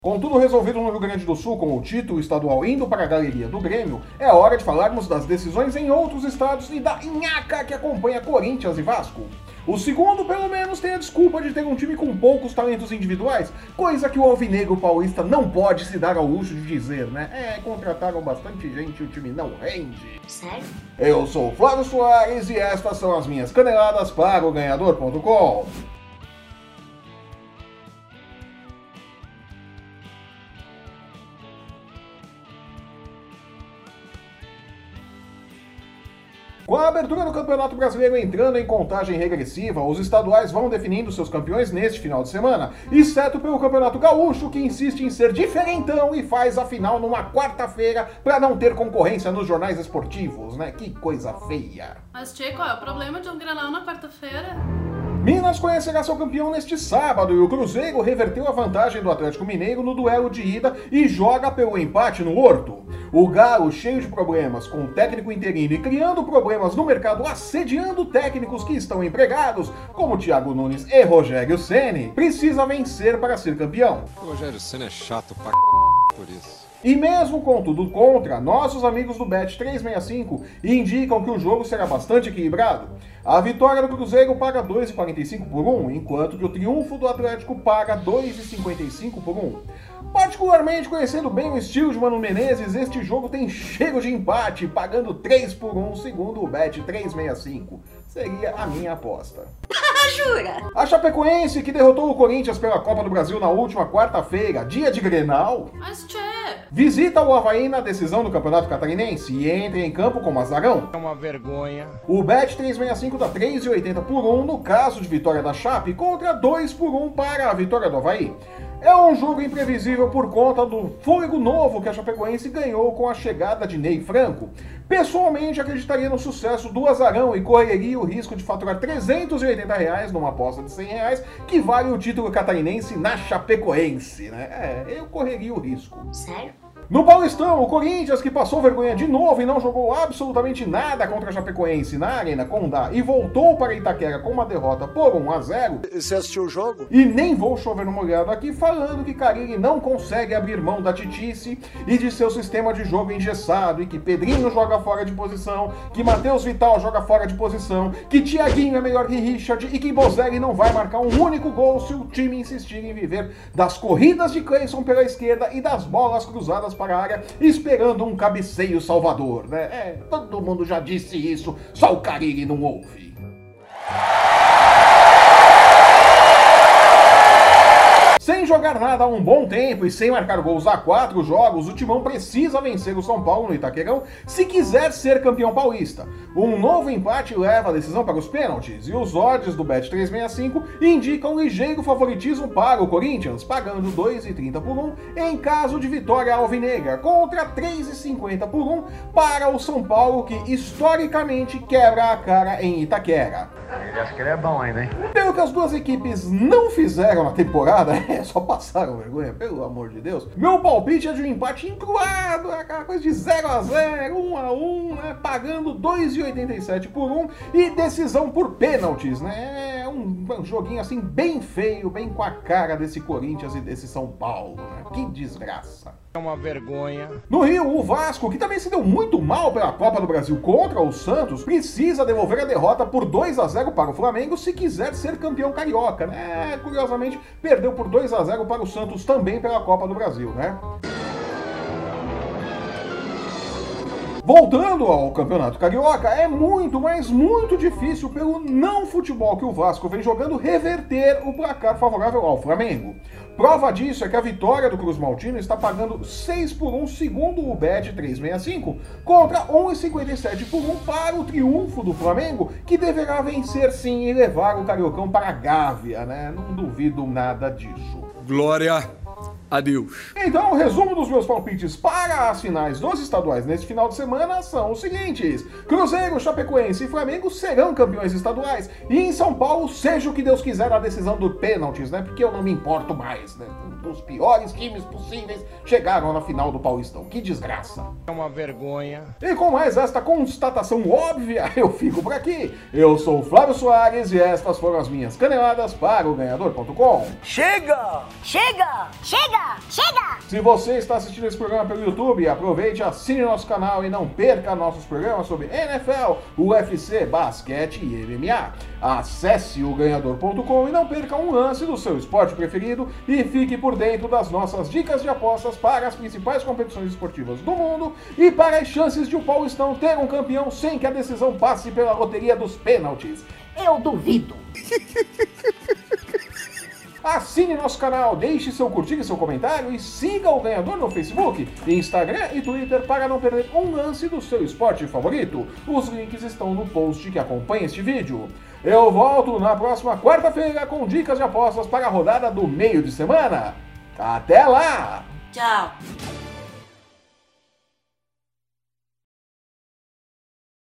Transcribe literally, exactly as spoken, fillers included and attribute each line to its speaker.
Speaker 1: Com tudo resolvido no Rio Grande do Sul, com o título estadual indo para a galeria do Grêmio, é hora de falarmos das decisões em outros estados e da nhaca que acompanha Corinthians e Vasco. O segundo, pelo menos, tem a desculpa de ter um time com poucos talentos individuais, coisa que o alvinegro paulista não pode se dar ao luxo de dizer, né? É, contrataram bastante gente e o time não rende.
Speaker 2: Sério?
Speaker 1: Eu sou o Flávio Soares e estas são as minhas caneladas para o ganhador ponto com. Com a abertura do Campeonato Brasileiro entrando em contagem regressiva, os estaduais vão definindo seus campeões neste final de semana, exceto pelo Campeonato Gaúcho, que insiste em ser diferentão e faz a final numa quarta-feira para não ter concorrência nos jornais esportivos, né? Que coisa feia.
Speaker 3: Mas, Tchê, qual é o problema de um Grenal na quarta-feira?
Speaker 1: Minas conhecerá seu campeão neste sábado e o Cruzeiro reverteu a vantagem do Atlético Mineiro no duelo de ida e joga pelo empate no Horto. O Galo, cheio de problemas, com o técnico interino e criando problemas no mercado, assediando técnicos que estão empregados, como Thiago Nunes e Rogério Ceni, precisa vencer para ser campeão.
Speaker 4: O Rogério Ceni é chato pra c... por isso.
Speaker 1: E mesmo com tudo contra, nossos amigos do Bet trezentos e sessenta e cinco indicam que o jogo será bastante equilibrado. A vitória do Cruzeiro paga dois reais e quarenta e cinco por um, enquanto que o triunfo do Atlético paga dois reais e cinquenta e cinco por um. Particularmente conhecendo bem o estilo de Mano Menezes, este jogo tem cheiro de empate, pagando três por um, segundo o Bet trezentos e sessenta e cinco. Seria a minha aposta.
Speaker 2: Jura?
Speaker 1: A Chapecoense, que derrotou o Corinthians pela Copa do Brasil na última quarta-feira, dia de Grenal,
Speaker 3: Mas, Tchê...
Speaker 1: visita o Avaí na decisão do Campeonato Catarinense e entra em campo com Mazarão.
Speaker 4: É uma vergonha.
Speaker 1: O Bet trezentos e sessenta e cinco dá três reais e oitenta por um no caso de vitória da Chape contra dois por um para a vitória do Avaí. É um jogo imprevisível por conta do fôlego novo que a Chapecoense ganhou com a chegada de Ney Franco. Pessoalmente, acreditaria no sucesso do Azarão e correria o risco de faturar trezentos e oitenta reais numa aposta de cem reais, que vale o título catarinense na Chapecoense, né? É, eu correria o risco.
Speaker 2: Sério?
Speaker 1: No Paulistão, o Corinthians, que passou vergonha de novo e não jogou absolutamente nada contra a Chapecoense na Arena Condá e voltou para Itaquera com uma derrota por um a zero.
Speaker 5: Você assistiu o jogo?
Speaker 1: E nem vou chover no molhado aqui falando que Carille não consegue abrir mão da titice e de seu sistema de jogo engessado, e que Pedrinho joga fora de posição, que Matheus Vital joga fora de posição, que Thiaguinho é melhor que Richard e que Bozelli não vai marcar um único gol se o time insistir em viver das corridas de Cleison pela esquerda e das bolas cruzadas para a área, esperando um cabeceio salvador, né? É, todo mundo já disse isso, só o Carille não ouve. Sem jogar nada há um bom tempo e sem marcar gols há quatro jogos, o Timão precisa vencer o São Paulo no Itaquerão se quiser ser campeão paulista. Um novo empate leva a decisão para os pênaltis e os odds do Bet trezentos e sessenta e cinco indicam ligeiro favoritismo para o Corinthians, pagando dois reais e trinta por um em caso de vitória alvinegra, contra três reais e cinquenta por um para o São Paulo, que historicamente quebra a cara em Itaquera.
Speaker 6: Ele acha que ele é bom ainda, hein?
Speaker 1: Pelo que as duas equipes não fizeram na temporada, é, só passaram vergonha, pelo amor de Deus. Meu palpite é de um empate encruado, aquela coisa de zero a zero, um a um, né, pagando dois reais e oitenta e sete por um e decisão por pênaltis, né? É um, um joguinho assim bem feio, bem com a cara desse Corinthians e desse São Paulo, né? Que desgraça.
Speaker 4: É uma vergonha.
Speaker 1: No Rio, o Vasco, que também se deu muito mal pela Copa do Brasil contra o Santos, precisa devolver a derrota por dois a zero para o Flamengo se quiser ser campeão carioca, né? Curiosamente, perdeu por dois a zero para o Santos também pela Copa do Brasil, né? Voltando ao Campeonato Carioca, é muito, mas muito difícil pelo não futebol que o Vasco vem jogando reverter o placar favorável ao Flamengo. Prova disso é que a vitória do Cruz Maltino está pagando seis por um segundo o Bet trezentos e sessenta e cinco contra um real e cinquenta e sete por um para o triunfo do Flamengo, que deverá vencer sim e levar o Cariocão para a Gávea, né? Não duvido nada disso.
Speaker 7: Glória a Deus.
Speaker 1: Então, o resumo dos meus palpites para as finais dos estaduais neste final de semana são os seguintes: Cruzeiro, Chapecoense e Flamengo serão campeões estaduais, e em São Paulo, seja o que Deus quiser a decisão do pênaltis, né? Porque eu não me importo mais, né? Um dos piores times possíveis chegaram na final do Paulistão. Que desgraça.
Speaker 4: É uma vergonha.
Speaker 1: E com mais esta constatação óbvia, eu fico por aqui. Eu sou o Flávio Soares e estas foram as minhas caneladas para o ganhador ponto com.
Speaker 5: Chega!
Speaker 2: Chega! Chega! Chega! Chega!
Speaker 1: Se você está assistindo esse programa pelo YouTube, aproveite, assine nosso canal e não perca nossos programas sobre N F L, U F C, basquete e M M A. Acesse o ganhador ponto com e não perca um lance do seu esporte preferido e fique por dentro das nossas dicas de apostas para as principais competições esportivas do mundo e para as chances de o Paulistão ter um campeão sem que a decisão passe pela loteria dos pênaltis.
Speaker 2: Eu duvido.
Speaker 1: Assine nosso canal, deixe seu curtir e seu comentário e siga o ganhador no Facebook, Instagram e Twitter para não perder um lance do seu esporte favorito. Os links estão no post que acompanha este vídeo. Eu volto na próxima quarta-feira com dicas de apostas para a rodada do meio de semana. Até lá!
Speaker 2: Tchau.